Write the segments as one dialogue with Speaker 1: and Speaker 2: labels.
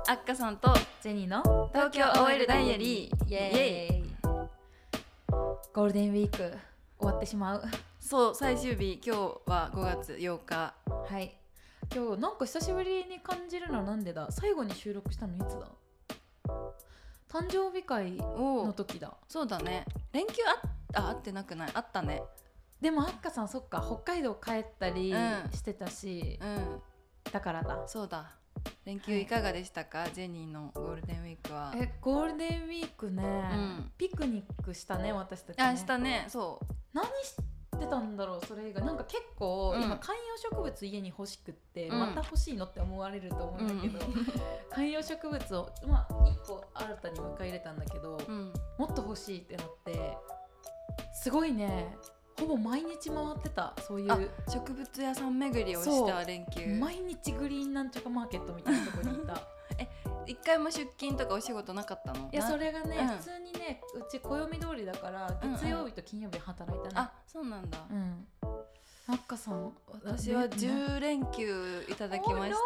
Speaker 1: あっかさんと
Speaker 2: ジェニーの
Speaker 1: 東京 OL ダイアリー。
Speaker 2: イエーイ。ゴールデンウィーク終わってしまう。
Speaker 1: そう、最終日、今日は5月8日。
Speaker 2: はい。今日なんか久しぶりに感じるのはなんでだ。最後に収録したのいつだ。誕生日会の時だ。
Speaker 1: そうだね。連休あってなくない？あったね。
Speaker 2: でもあっかさんそっか、北海道帰ったりしてたし、だからだ。
Speaker 1: そうだ。連休いかがでしたか、ジェニーのゴールデンウィークは。
Speaker 2: ゴールデンウィークね、ピクニックしたね、私たちね。
Speaker 1: あ、したね。そう。
Speaker 2: 何してたんだろう、それ以外。なんか結構、今観葉植物家に欲しくって、また欲しいのって思われると思うんだけど、観葉植物を1個新たに迎え入れたんだけど、もっと欲しいってなって、すごいね、ほぼ毎日回ってた。そういう
Speaker 1: 植物屋さん巡りをした連休。
Speaker 2: 毎日グリーンなんちゃかマーケットみたいなところにいた。
Speaker 1: 一回も出勤とかお仕事なかったの？
Speaker 2: いや、それがね、普通にね、うち暦通りだから月曜日と金曜日働いたね。
Speaker 1: あ、そうなんだ。
Speaker 2: あっかさん、
Speaker 1: 私は10連休いただきまして、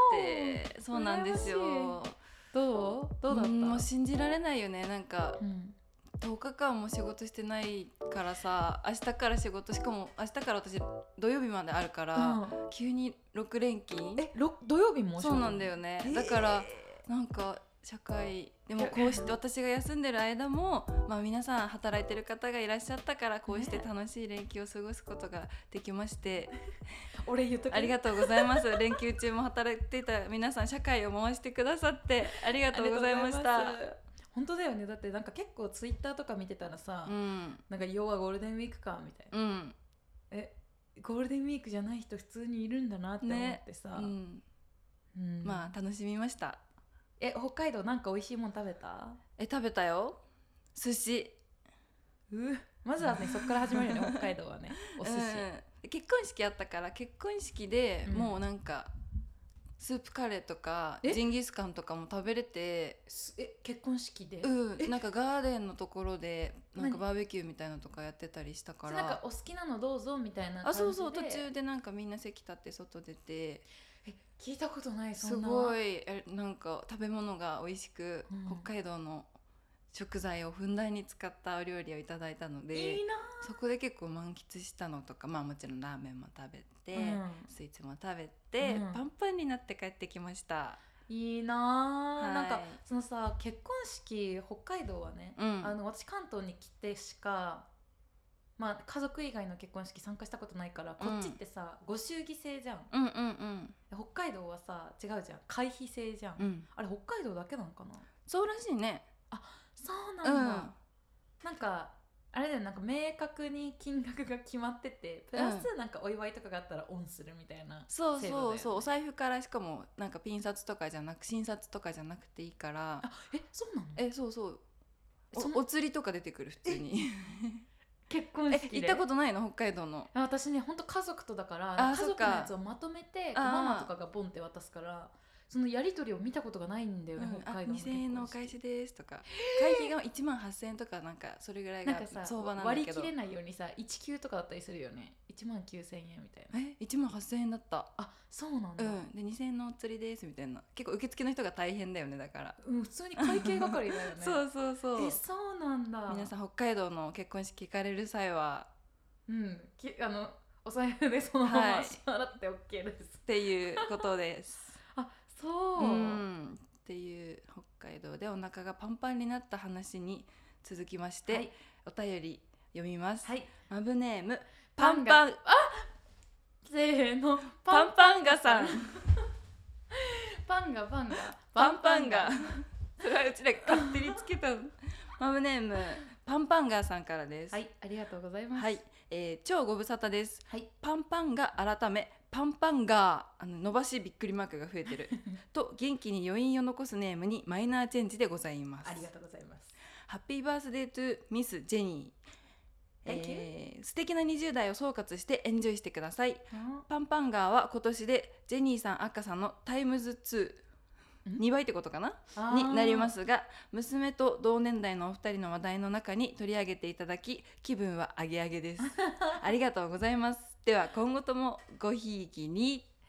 Speaker 1: そうなんですよ。
Speaker 2: どうだった？
Speaker 1: もう信じられないよね。なんか、10日間も仕事してないからさ、明日から仕事、しかも明日から私土曜日まであるから、急に6連勤。
Speaker 2: 土曜日も？
Speaker 1: そうなんだよね。だからなんか社会でもこうして私が休んでる間も、皆さん働いてる方がいらっしゃったから、こうして楽しい連休を過ごすことができまして、
Speaker 2: 俺言っとく。
Speaker 1: ありがとうございます。連休中も働いていた皆さん、社会を回してくださってありがとうございました。
Speaker 2: 本当だよね。だってなんか結構ツイッターとか見てたらさ、なんか要はゴールデンウィークかみたいな、ゴールデンウィークじゃない人普通にいるんだなって思ってさ、
Speaker 1: 楽しみました。
Speaker 2: 北海道なんか美味しいもん食べた？
Speaker 1: 食べたよ。寿司。
Speaker 2: まずはね、そっから始まるよね。北海道はね、お寿司。
Speaker 1: 結婚式あったから、結婚式でもうなんか、スープカレーとかジンギスカンとかも食べれて。
Speaker 2: 結婚式で？
Speaker 1: なんかガーデンのところでなんかバーベキューみたいなのとかやってたりしたから、
Speaker 2: なんかお好きなのどうぞみたいな感じで。
Speaker 1: そう途中でなんかみんな席立って外出て。
Speaker 2: 聞いたことない。
Speaker 1: そんなすごいなんか食べ物が美味しく、北海道の食材をふんだんに使ったお料理をいただいたので、
Speaker 2: いいな。
Speaker 1: そこで結構満喫したのとか、もちろんラーメンも食べて、スイーツも食べて、パンパンになって帰ってきました。
Speaker 2: いいな。なんかそのさ、結婚式北海道はね、私関東に来てしか家族以外の結婚式参加したことないから、こっちってさ、ご祝儀制じゃん。北海道はさ違うじゃん、会費制じゃん。あれ北海道だけなのかな？
Speaker 1: そうらしいね。
Speaker 2: そうなんだ。なんかあれだよ、なんか明確に金額が決まってて、プラスなんかお祝いとかがあったらオンするみたいな制度だよね。
Speaker 1: そうお財布から、しかもなんかピン札とかじゃなく、新札とかじゃなくていいから。
Speaker 2: そうなの？
Speaker 1: そうお釣りとか出てくる、普通に。
Speaker 2: 結婚式で
Speaker 1: 行ったことないの？北海道の。
Speaker 2: 私ね、ほんと家族とだから、家族のやつをまとめてママとかがボンって渡すから、そのやり取りを見たことがないんだよね、北海道の結婚式。
Speaker 1: 2000円のお返しですとか、会費が1万8000円とか、なんかそれぐらいが相場なんだけど、
Speaker 2: 割り切れないようにさ、1級とかだったりするよね。1万9000円みたいな。
Speaker 1: 1万8000円だった。
Speaker 2: そうなんだ。
Speaker 1: で2000円のお釣りですみたいな。結構受付の人が大変だよね。だから
Speaker 2: 普通に会計係だよね。
Speaker 1: そう
Speaker 2: そうなんだ。
Speaker 1: 皆さん北海道の結婚式行かれる際は、
Speaker 2: お財布でそのまま支払って OK です、
Speaker 1: っていうことです。っていう北海道でお腹がパンパンになった話に続きまして、お便り読みます。マブネームパンパン、
Speaker 2: せーの、
Speaker 1: パンパンガさん。
Speaker 2: パンガ
Speaker 1: それはうちらが勝手につけたの。マブネームパンパンガさんからです。
Speaker 2: ありがとうございます。
Speaker 1: 超ご無沙汰です。パンパンガ改めパンパンガー、伸ばしびっくりマークが増えてると元気に余韻を残すネームにマイナーチェンジでございます。
Speaker 2: ありがとうございます。
Speaker 1: ハッピーバースデートゥミスジェニー。素敵な20代を総括してエンジョイしてください。パンパンガーは今年でジェニーさん、アッカさんのタイムズ2倍ってことかなになりますが、娘と同年代のお二人の話題の中に取り上げていただき、気分はアゲアゲです。ありがとうございます。では今後ともごひいきに。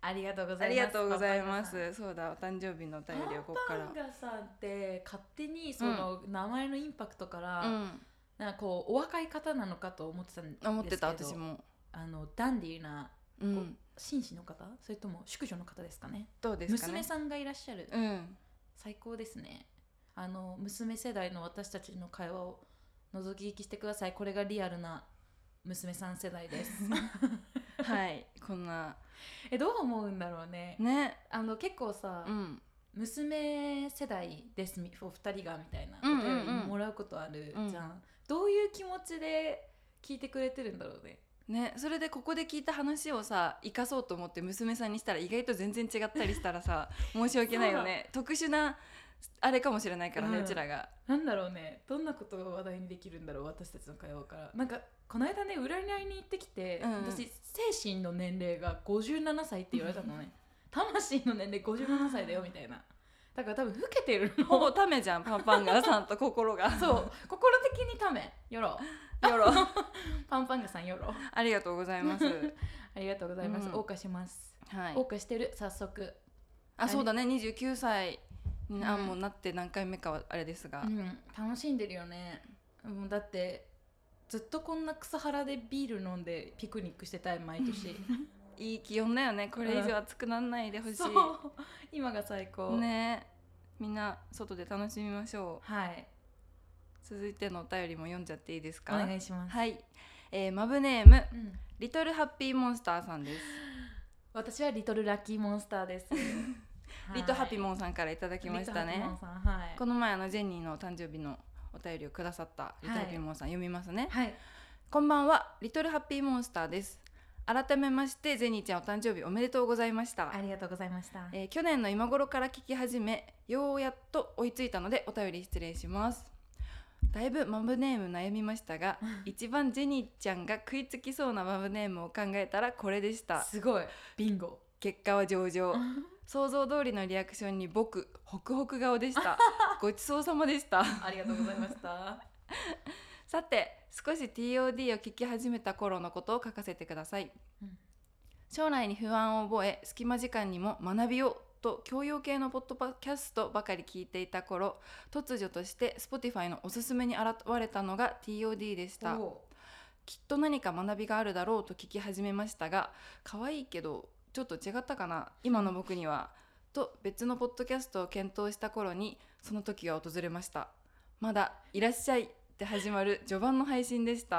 Speaker 2: ありがとうございます。
Speaker 1: ありがとうございます。そうだ、お誕生日のお便りをここから。
Speaker 2: パンパンガさんって勝手にその名前のインパクトから、なんかこうお若い方なのかと思ってたんですけど、
Speaker 1: 思ってた私も。
Speaker 2: ダンディーな、紳士の方、それとも淑女の方ですかね。
Speaker 1: どうですかね。
Speaker 2: 娘さんがいらっしゃる。最高ですね。娘世代の私たちの会話を覗き聞きしてください。これがリアルな娘さん世代です。
Speaker 1: はい、こんな。
Speaker 2: どう思うんだろうね。結構さ、娘世代ですお二人がみたいなお便りもらうことあるじゃん。どういう気持ちで聞いてくれてるんだろうね。
Speaker 1: それでここで聞いた話をさ生かそうと思って娘さんにしたら意外と全然違ったりしたらさ申し訳ないよね。特殊なあれかもしれないからね、うちらが。
Speaker 2: なんだろうね、どんなことが話題にできるんだろう、私たちの会話から。なんかこの間ね、占いに行ってきて、私精神の年齢が57歳って言われたのね。魂の年齢57歳だよみたいな。だから多分老けてるの。
Speaker 1: ほぼためじゃん、パンパンガーさんと心が。
Speaker 2: そう心的にためよろパンパンガーさんよろ
Speaker 1: ありがとうございます。
Speaker 2: ありがとうございます。謳歌します。
Speaker 1: はい、
Speaker 2: 謳歌してる。早速
Speaker 1: そうだね、29歳にもうなって何回目かはあれですが、
Speaker 2: 楽しんでるよね。だってずっとこんな草原でビール飲んでピクニックしてたい、毎年。
Speaker 1: いい気温だよね。これ以上暑くならないでほしい。
Speaker 2: 今が最高
Speaker 1: ね。みんな外で楽しみましょ
Speaker 2: う。はい。
Speaker 1: 続いてのお便りも読んじゃっていいですか。
Speaker 2: お願いします。
Speaker 1: はい、マブネーム、リトルハッピーモンスターさんです。
Speaker 2: 私はリトルラッキーモンスターです。
Speaker 1: リトハピモンさんからいただきましたね。この前ジェニーの誕生日のお便りをくださったリトハピモンさん、読みますね。こんばんは、リトルハッピーモンスターです。改めましてジェニーちゃんお誕生日おめでとうございました。
Speaker 2: ありがとうございました。
Speaker 1: 去年の今頃から聞き始め、ようやっと追いついたのでお便り失礼します。だいぶマブネーム悩みましたが一番ジェニーちゃんが食いつきそうなマブネームを考えたらこれでした。
Speaker 2: すごい、ビンゴ。
Speaker 1: 結果は上々。想像通りのリアクションに僕ホクホク顔でした。ごちそうさまでした。
Speaker 2: ありがとうございました
Speaker 1: さて、少し TOD を聞き始めた頃のことを書かせてください。将来に不安を覚え、隙間時間にも学びようと教養系のポッドキャストばかり聞いていた頃、突如として Spotify のおすすめに現れたのが TOD でした。きっと何か学びがあるだろうと聞き始めましたが、可愛いけどちょっと違ったかな今の僕には、と別のポッドキャストを検討した頃にその時が訪れました。まだいらっしゃいって始まる序盤の配信でした。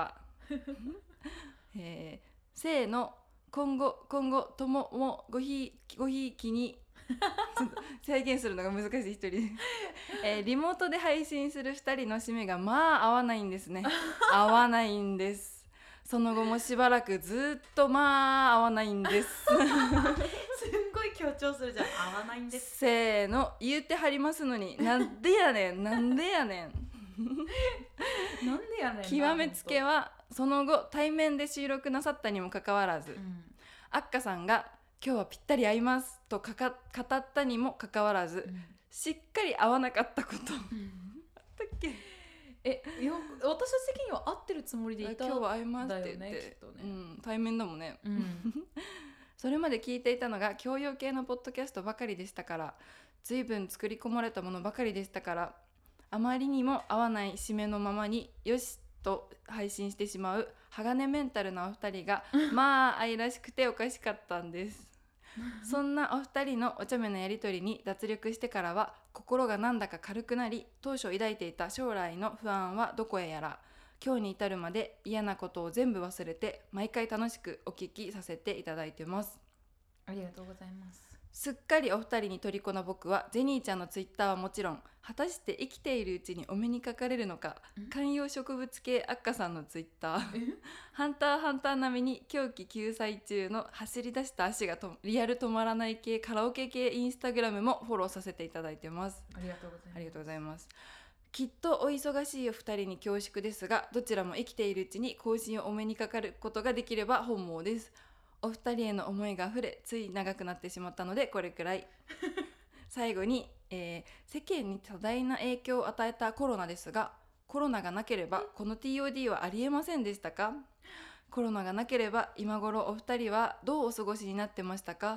Speaker 1: せーの、今後ともごひいきに制限するのが難しい一人、リモートで配信する2人の締めが合わないんですね。合わないんです。その後もしばらくずっと合わないんです。
Speaker 2: すんごい強調するじゃん。合わないんです。
Speaker 1: せーの、言ってはりますのになんでやねんなんでやねん
Speaker 2: なんでやねん。
Speaker 1: 極めつけはその後対面で収録なさったにもかかわらず、あっかさんが今日はぴったり合いますと語ったにもかかわらず、しっかり合わなかったこと、あったっけ。
Speaker 2: 私的には合ってるつもりでいた。
Speaker 1: 今日は会いますって言って、
Speaker 2: ね、きっとね、
Speaker 1: 対面だもんね、それまで聞いていたのが教養系のポッドキャストばかりでしたから、随分作り込まれたものばかりでしたから、あまりにも合わない締めのままによしと配信してしまう鋼メンタルなお二人が愛らしくておかしかったんです。そんなお二人のお茶目なやり取りに脱力してからは心がなんだか軽くなり、当初抱いていた将来の不安はどこへやら、今日に至るまで嫌なことを全部忘れて毎回楽しくお聞きさせていただいてます。
Speaker 2: ありがとうございます。
Speaker 1: すっかりお二人に虜な僕はジェニーちゃんのツイッターはもちろん、果たして生きているうちにお目にかかれるのか観葉植物系あっかさんのツイッターハンターハンター並みに狂気救済中の走り出した足がリアル止まらない系カラオケ系インスタグラムもフォローさせていただいてます。
Speaker 2: ありがとうございます。
Speaker 1: ありがとうございます。きっとお忙しいお二人に恐縮ですが、どちらも生きているうちに更新をお目にかかることができれば本望です。お二人への思いがあふれ、つい長くなってしまったのでこれくらい。最後に、世間に多大な影響を与えたコロナですが、コロナがなければこの TOD はありえませんでしたか？コロナがなければ今頃お二人はどうお過ごしになってましたか？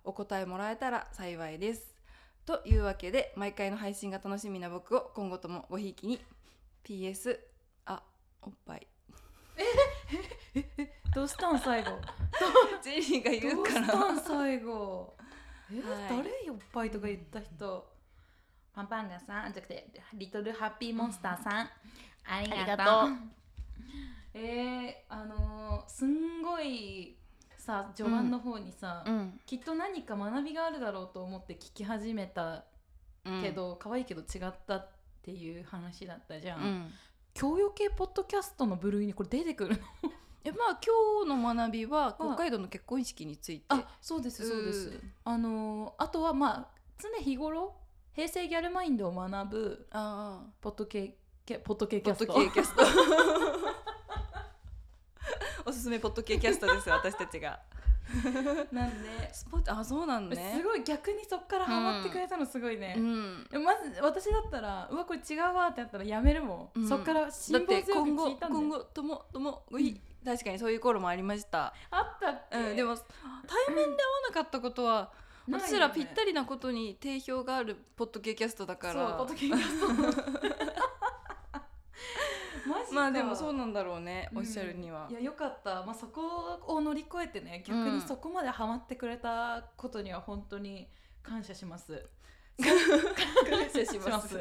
Speaker 1: お答えもらえたら幸いです。というわけで、毎回の配信が楽しみな僕を今後ともごひいきに。 PS おっぱい
Speaker 2: どうしたん最後
Speaker 1: ジェニーが言うから
Speaker 2: どうしたん最後
Speaker 1: はい
Speaker 2: 誰おっぱいとか言った人。パンパンガさんじゃなくてリトルハッピーモンスターさん、ありがとう。すんごいさ序盤の方にさ、きっと何か学びがあるだろうと思って聞き始めたけど、可愛いけど違ったっていう話だったじゃん、教養系ポッドキャストの部類にこれ出てくるの
Speaker 1: 今日の学びは北海道の結婚式について。
Speaker 2: そうですそうです。あとは常日頃平成ギャルマインドを学ぶポッド系キャスト
Speaker 1: おすすめポッド系キャストです私たちが
Speaker 2: なんで
Speaker 1: そうなんね。
Speaker 2: すごい逆にそっからハマってくれたのすごいね、まず私だったらこれ違うわってなったらやめるもん、そっから辛抱強く聞いたんだよ。
Speaker 1: 今後とも確かにそういう頃もありました。
Speaker 2: あったっけ、
Speaker 1: でも対面で会わなかったことは、私らぴったりなことに定評があるポッド系キャストだから。
Speaker 2: そうポッド系キャストマジ
Speaker 1: でもそうなんだろうね、おっしゃるには。
Speaker 2: いやよかった、そこを乗り越えてね、逆にそこまでハマってくれたことには本当に感謝します
Speaker 1: 感謝します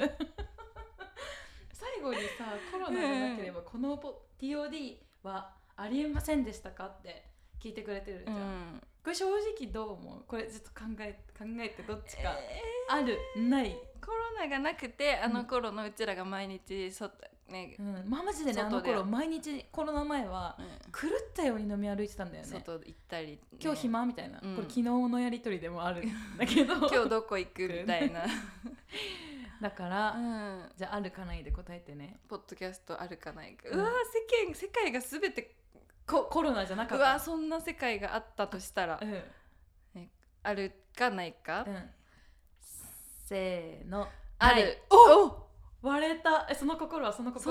Speaker 2: 最後にさ、コロナがなければこのTOD はありえませんでしたかって聞いてくれてるじゃん、これ正直どう思う？これちょっと考えてどっちか、あるない
Speaker 1: コロナがなくてあの頃のうちらが毎日
Speaker 2: マジでね、あの頃毎日コロナ前は狂ったように飲み歩いてたんだよね。
Speaker 1: 外行ったり、
Speaker 2: 今日暇みたいな、これ昨日のやり取りでもあるんだけど
Speaker 1: 今日どこ行くみたいな
Speaker 2: だから、じゃああるかないで答えてね。
Speaker 1: ポッドキャストあるかないか、世界が全て
Speaker 2: コロナじゃなかった。
Speaker 1: そんな世界があったとしたら、あるかないか、
Speaker 2: せーの、
Speaker 1: ある。
Speaker 2: 割れた。その心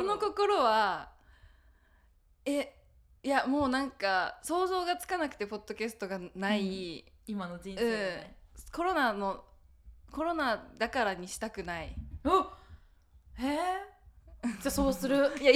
Speaker 1: はいやもうなんか想像がつかなくて、ポッドキャストがない、
Speaker 2: 今の人生ね、
Speaker 1: コロナだからにしたくない。
Speaker 2: じゃあそうする
Speaker 1: いや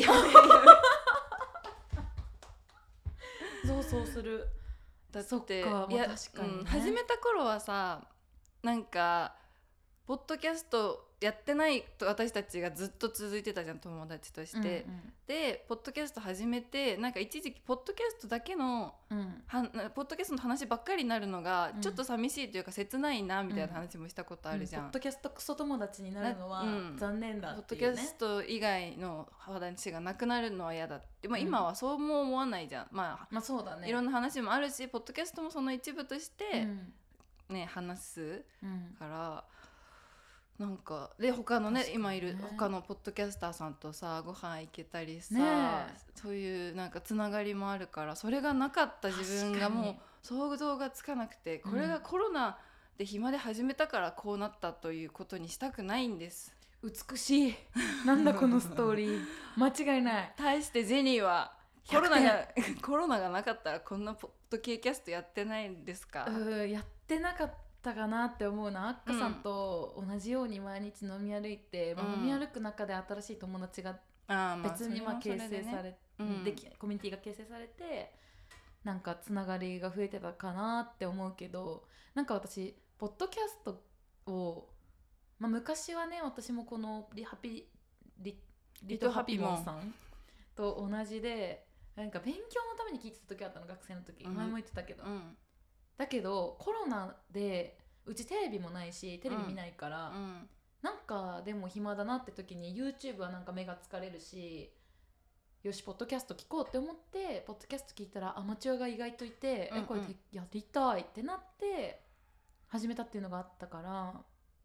Speaker 2: そうする。
Speaker 1: だって
Speaker 2: そっか、確かにね、
Speaker 1: 始めた頃はさ、なんかポッドキャストやってないと私たちがずっと続いてたじゃん、友達として、でポッドキャスト始めて、なんか一時期ポッドキャストだけの、ポッドキャストの話ばっかりになるのがちょっと寂しいというか切ないなみたいな話もしたことあるじゃん、
Speaker 2: ポッドキャストクソ友達になるのは残念だっていうね、
Speaker 1: ポッドキャスト以外の話がなくなるのは嫌だって、今はそうも思わないじゃん。
Speaker 2: そうだね、
Speaker 1: いろんな話もあるし、ポッドキャストもその一部として、話すから、なんかで他のね、今いる他のポッドキャスターさんとさご飯行けたりさ、そういうなんかつながりもあるから、それがなかった自分がもう想像がつかなくて、これがコロナで暇で始めたからこうなったということにしたくないんです。
Speaker 2: 美しいなんだこのストーリー間違いない。
Speaker 1: 対してジェニーはコロナがなかったらこんなポッドキャストやってないんですか？
Speaker 2: やってなかったかなって思うな。アッカさんと同じように毎日飲み歩いて、飲み歩く中で新しい友達が別に形成されて、コミュニティが形成されて、なんかつながりが増えてたかなって思うけど、なんか私ポッドキャストを、昔はね、私もこのリトハピモンさんと同じで、なんか勉強のために聞いてた時あったの、学生の時、前も言ってたけど、だけどコロナでうちテレビもないしテレビ見ないから、なんかでも暇だなって時に YouTube はなんか目が疲れるし、よしポッドキャスト聞こうって思ってポッドキャスト聞いたらアマチュアが意外といて、これやりたいってなって始めたっていうのがあったから、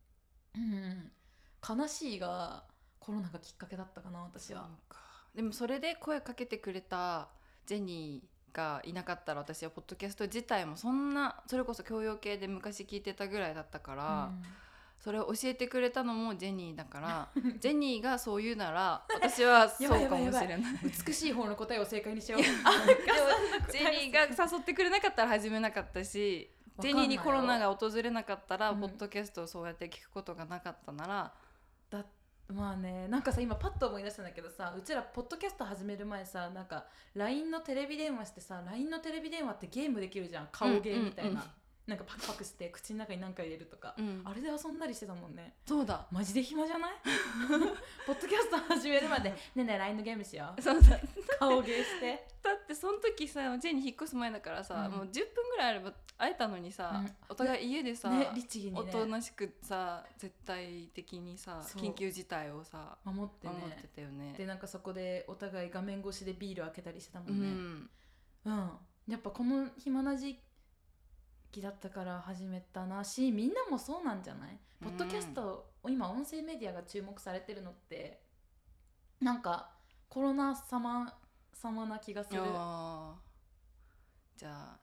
Speaker 2: 悲しいがコロナがきっかけだったかな、私は。
Speaker 1: でもそれで声かけてくれたジェニーがいなかったら、私はポッドキャスト自体もそれこそ教養系で昔聞いてたぐらいだったから、それを教えてくれたのもジェニーだからジェニーがそう言うなら私はそうかもしれない
Speaker 2: 美しい方の答えを正解にしよう
Speaker 1: ジェニーが誘ってくれなかったら始めなかったし、 ジェニーにコロナが訪れなかったら、
Speaker 2: うん、
Speaker 1: ポッドキャストをそうやって聞くことがなかったなら、
Speaker 2: まあね、なんかさ今パッと思い出したんだけどさ、うちらポッドキャスト始める前さ、なんか LINE のテレビ電話してさ、 LINE のテレビ電話ってゲームできるじゃん、顔ゲーみたいな、
Speaker 1: うんうんうん、
Speaker 2: なんかパクパクして口の中に何か入れるとか、
Speaker 1: うん、
Speaker 2: あれで遊んだりしてたもんね。
Speaker 1: そうだ
Speaker 2: マジで暇じゃないポッドキャスト始めるまでねえねえ LINE のゲームしよう、
Speaker 1: そうだ
Speaker 2: 顔ゲーして
Speaker 1: だってその時さジェニー引っ越す前だからさ、
Speaker 2: うん
Speaker 1: もう10分ぐらいあれば会えたのにさ、
Speaker 2: うん
Speaker 1: お互い家でさ、
Speaker 2: ね、律儀にね
Speaker 1: おとなしくさ絶対的にさ
Speaker 2: そう
Speaker 1: 緊急事態をさ
Speaker 2: 守ってね、
Speaker 1: 守ってたよね。
Speaker 2: でなんかそこでお互い画面越しでビール開けたりしてたも
Speaker 1: うん
Speaker 2: ね。
Speaker 1: ん、
Speaker 2: やっぱこの暇な時期だったから始めたなし、みんなもそうなんじゃない？ポッドキャスト、今音声メディアが注目されてるのってなんかコロナ様な気がする。
Speaker 1: じゃあ、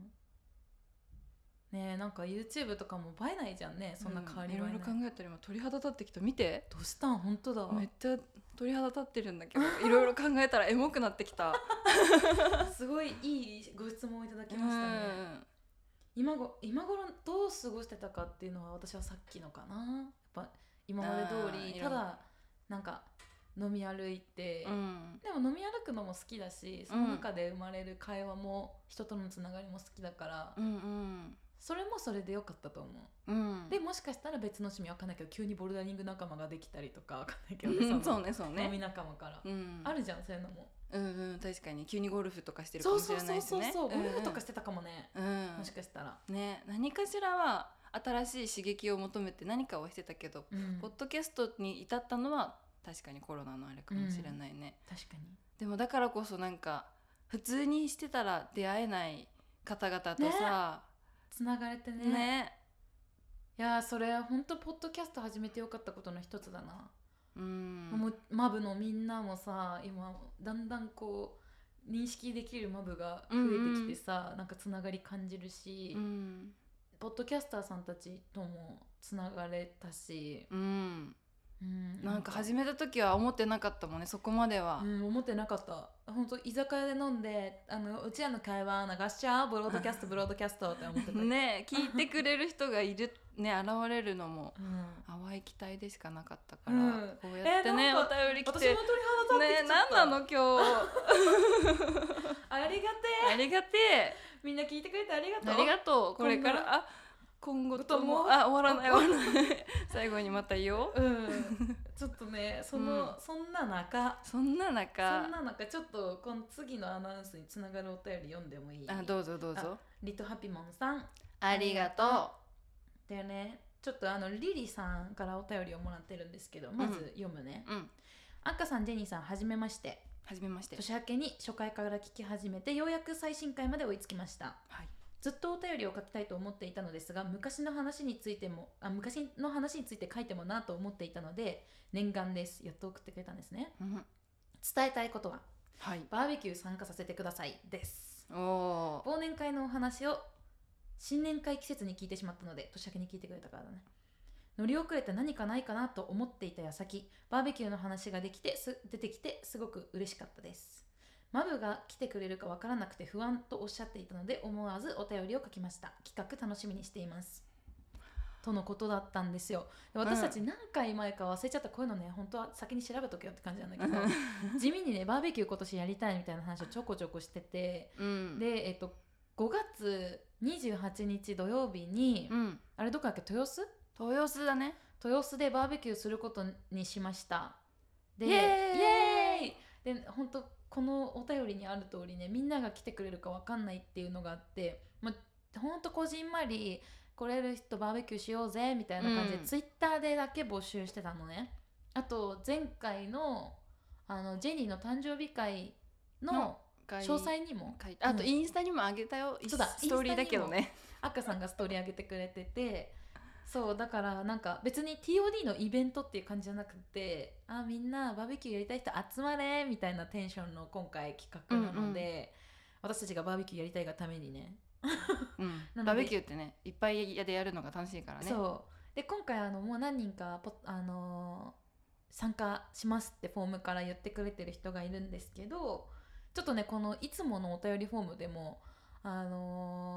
Speaker 2: ねえ、なんか YouTube とかも映えないじゃんね、そんな変わり映えない、
Speaker 1: いろいろ考えたら今鳥肌立ってきた。見て、
Speaker 2: どうしたん？本当だ、
Speaker 1: めっちゃ鳥肌立ってるんだけどいろいろ考えたらエモくなってきた
Speaker 2: すごいいいご質問をいただきましたね。今頃どう過ごしてたかっていうのは私はさっきのかな。やっぱ今まで通りただなんか飲み歩いて、でも飲み歩くのも好きだし、その中で生まれる会話も人とのつながりも好きだから、それもそれでよかったと思う、でもしかしたら別の趣味わかんないけど急にボルダリング仲間ができたりとかわかんないけど、
Speaker 1: そうねそうね、
Speaker 2: 飲み仲間から、あるじゃんそういうのも。
Speaker 1: 確かに急にゴルフとかしてるかもしれないですね。
Speaker 2: そうゴルフとかしてたかもね、もしかしたら
Speaker 1: ね、何かしらは新しい刺激を求めて何かをしてたけど、ポッドキャストに至ったのは確かにコロナのあれかもしれないね、
Speaker 2: 確かに。
Speaker 1: でもだからこそなんか普通にしてたら出会えない方々とさ、
Speaker 2: つながれてね。いやそれ本当ポッドキャスト始めてよかったことの一つだな。もうマブのみんなもさ、今だんだんこう認識できるマブが増えてきてさ、なんかつながり感じるし、ポッドキャスターさんたちともつながれたし、
Speaker 1: なんか始めた時は思ってなかったもんね、そこまでは、
Speaker 2: 思ってなかった。本当居酒屋で飲んでうちらの会話流しちゃうブロードキャストブロードキャストって思ってた
Speaker 1: ね、聞いてくれる人がいるね、現れるのも、淡い期待でしかなかったから、こうやってね、お便り来て、
Speaker 2: 私も鳥肌立ってきちゃった
Speaker 1: ね、何なの今日
Speaker 2: ありがて
Speaker 1: ありがてえ、
Speaker 2: みんな聞いてくれてありがとう。
Speaker 1: ありがとう。これから今後とも終わらない最後にまた言おう。
Speaker 2: ちょっとね、そんな中ちょっとこの次のアナウンスにつながるお便り読んでもいい？
Speaker 1: どうぞどうぞ。
Speaker 2: リトハピモンさん、
Speaker 1: ありがと
Speaker 2: う。でね、ちょっとリリさんからお便りをもらってるんですけど、まず読むね。アッカさん、ジェニーさん、はじめまして。
Speaker 1: はじめまして。
Speaker 2: 年明けに初回から聞き始めて、ようやく最新回まで追いつきました。ずっとお便りを書きたいと思っていたのですが、昔の話について書いてもなと思っていたので念願です。やっと送ってくれたんですね。伝えたいことは、バーベキュー参加させてくださいです。忘年会のお話を新年会季節に聞いてしまったので、年明けに聞いてくれたからだね。乗り遅れて何かないかなと思っていた矢先、バーベキューの話が出てきてすごく嬉しかったです。マブが来てくれるかわからなくて不安とおっしゃっていたので、思わずお便りを書きました。企画楽しみにしていますとのことだったんですよ。私たち何回前か忘れちゃった。こういうのね、本当は先に調べとけよって感じなんだけど地味にね、バーベキュー今年やりたいみたいな話をちょこちょこしてて、で、5月28日土曜日に、あれどこだっけ、豊洲だね。豊洲でバーベキューすることにしました。で、イエーイで、本当このお便りにある通りね、みんなが来てくれるか分かんないっていうのがあって、ほんとこじんまり来れる人バーベキューしようぜみたいな感じで、ツイッターでだけ募集してたのね。あと前回のジェニーの誕生日会の詳細にも
Speaker 1: あとインスタにもあげたよ。ストーリーだけどね、
Speaker 2: アッカさんがストーリー上げてくれてて、そうだからなんか別に TOD のイベントっていう感じじゃなくて、みんなバーベキューやりたい人集まれみたいなテンションの今回企画なので、私たちがバーベキューやりたいがためにね
Speaker 1: バーベキューってね、いっぱいでやるのが楽しいからね。
Speaker 2: そうで、今回もう何人か参加しますってフォームから言ってくれてる人がいるんですけど、ちょっとね、このいつものお便りフォームでも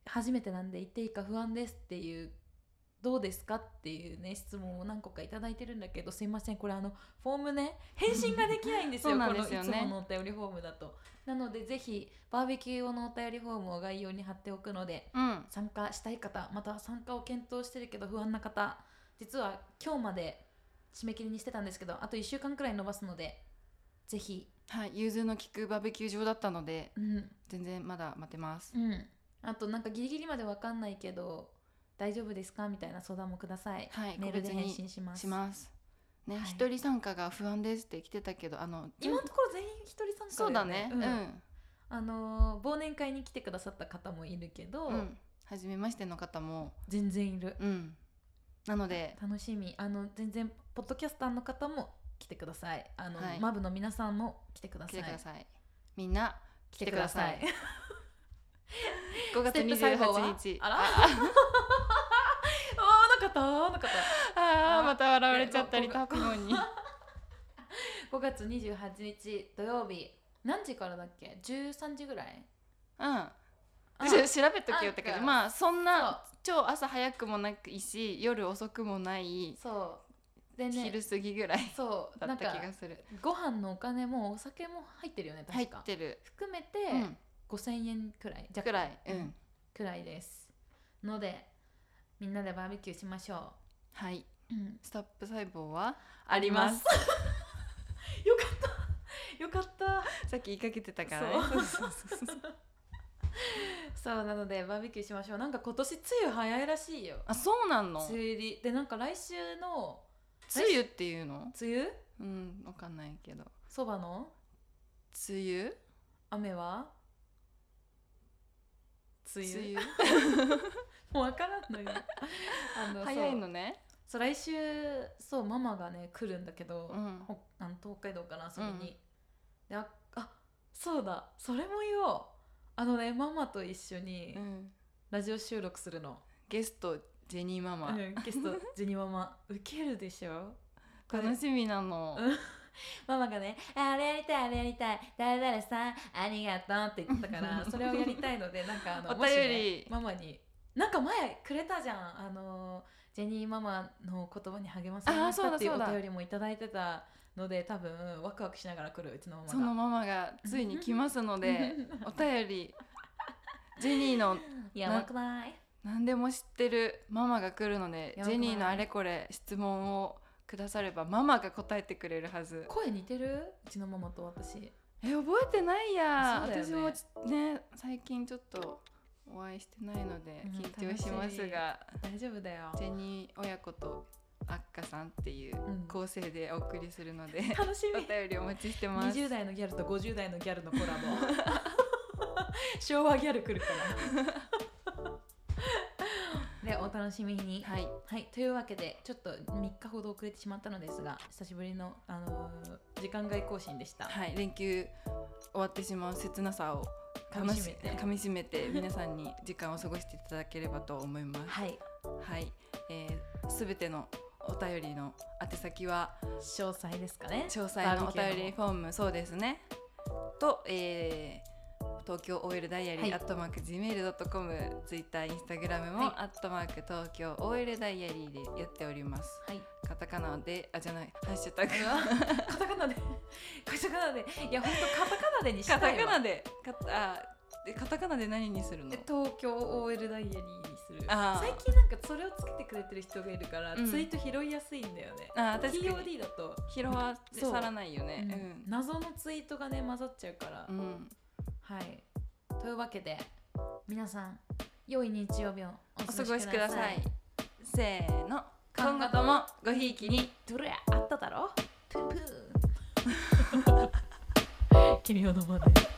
Speaker 2: 初めてなんで行っていいか不安ですっていう、どうですかっていうね質問を何個かいただいてるんだけど、すいませんこれフォームね返信ができないんですよ
Speaker 1: そうなんですよね、
Speaker 2: このいつものお便りフォームだと。なのでぜひバーベキュー用のお便りフォームを概要に貼っておくので、参加したい方、また参加を検討してるけど不安な方、実は今日まで締め切りにしてたんですけど、あと1週間くらい伸ばすのでぜひ、
Speaker 1: はい、融通の利くバーベキュー場だったので、全然まだ待ってます。
Speaker 2: あとなんかギリギリまで分かんないけど大丈夫ですかみたいな相談もください。
Speaker 1: はい、
Speaker 2: メールで返信します
Speaker 1: ね、一人参加が不安ですって来てたけど、
Speaker 2: 今のところ全員一人参加だよね。
Speaker 1: そうだね、
Speaker 2: 忘年会に来てくださった方もいるけど、
Speaker 1: 初めましての方も
Speaker 2: 全然いる、
Speaker 1: なので
Speaker 2: 楽しみ。全然ポッドキャスターの方も来てください。マブの皆さんも来てください。
Speaker 1: みんな来てください。5月28日。
Speaker 2: あらなかった
Speaker 1: また笑われちゃったりタピモンに。
Speaker 2: 5月28日土曜日、何時からだっけ？13時ぐらい？
Speaker 1: 調べときよったけど、まあそんな超朝早くもないし夜遅くもない、
Speaker 2: そうでね、
Speaker 1: 昼過ぎぐらい
Speaker 2: そう
Speaker 1: だった気がする。
Speaker 2: ご飯のお金もお酒も入ってるよね、確か。
Speaker 1: 入ってる。
Speaker 2: 含めて5000円くらい、
Speaker 1: くらい、
Speaker 2: くらいですので、みんなでバーベキューしましょう。
Speaker 1: はい、ストップ細胞はあります。
Speaker 2: よかった
Speaker 1: さっき言いかけてたからね。
Speaker 2: そうなのでバーベキューしましょう。なんか今年梅雨早いらしいよ。
Speaker 1: あ、そうなの？
Speaker 2: 梅雨入りで、なんか来週の
Speaker 1: 梅雨っていうの？
Speaker 2: 梅雨？
Speaker 1: わかんないけど。
Speaker 2: そばの
Speaker 1: 梅雨？
Speaker 2: 雨は梅雨？もうわからんのよ。
Speaker 1: 早いのね。
Speaker 2: そう、来週そうママがね来るんだけど、東海道から遊びに、でそうだ、それも言おう。ママと一緒にラジオ収録するの。
Speaker 1: ゲストジェニーママ、
Speaker 2: ゲストジェニーママウケるでしょ。
Speaker 1: 楽しみなの。
Speaker 2: ママがね、あれやりたいあれやりたい、誰々さんありがとうって言ってたからそれをやりたいので、なんか
Speaker 1: お便り、
Speaker 2: ママになんか前くれたじゃん、ジェニーママの言葉に励まされましたっていうお便りもいただいてたので、多分ワクワクしながら来るうちのママが、
Speaker 1: そのママがついに来ますのでお便り、ジェニーの
Speaker 2: やばくない？
Speaker 1: 何でも知ってるママが来るので、ジェニーのあれこれ質問をくださればママが答えてくれるはず。
Speaker 2: 声似てる？うちのママと私。
Speaker 1: 覚えてないや、
Speaker 2: ね、
Speaker 1: 私もね最近ちょっとお会いしてないので緊張しますが、
Speaker 2: 大丈夫だよ。
Speaker 1: ジェニー親子とあっかさんっていう構成でお送りするので、
Speaker 2: 楽しみ。
Speaker 1: お便りお待ちしてます。
Speaker 2: 20代のギャルと50代のギャルのコラボ昭和ギャル来るからで、お楽しみに。はい、というわけでちょっと3日ほど遅れてしまったのですが、久しぶりの、時間外更新でした。
Speaker 1: はい、連休終わってしまう切なさをかみしめて皆さんに時間を過ごしていただければと思います。はい、すべてのお便りの宛先は
Speaker 2: 詳細ですかね。
Speaker 1: 詳細のお便りフォーム、そうですね。と、東京 OL ダイアリー@gmail.com、ツイッター、インスタグラムも東京 OL ダイアリーでやっております。カタカナでハッシュタグ
Speaker 2: カタカナでいや本当カタカナでにしたいわ。
Speaker 1: カタカナで何にするの？
Speaker 2: 東京 OL ダイアリーにする。最近なんかそれをつけてくれてる人がいるから、ツイート拾いやすいんだよね。TOD だと
Speaker 1: 拾わさらないよね。
Speaker 2: 謎のツイートがね混ざっちゃうから。はい。というわけで皆さん良い日曜日をお過ごしください。
Speaker 1: せーの、今後ともごひいきに。
Speaker 2: どれあっただろ？プープー君を飲まない。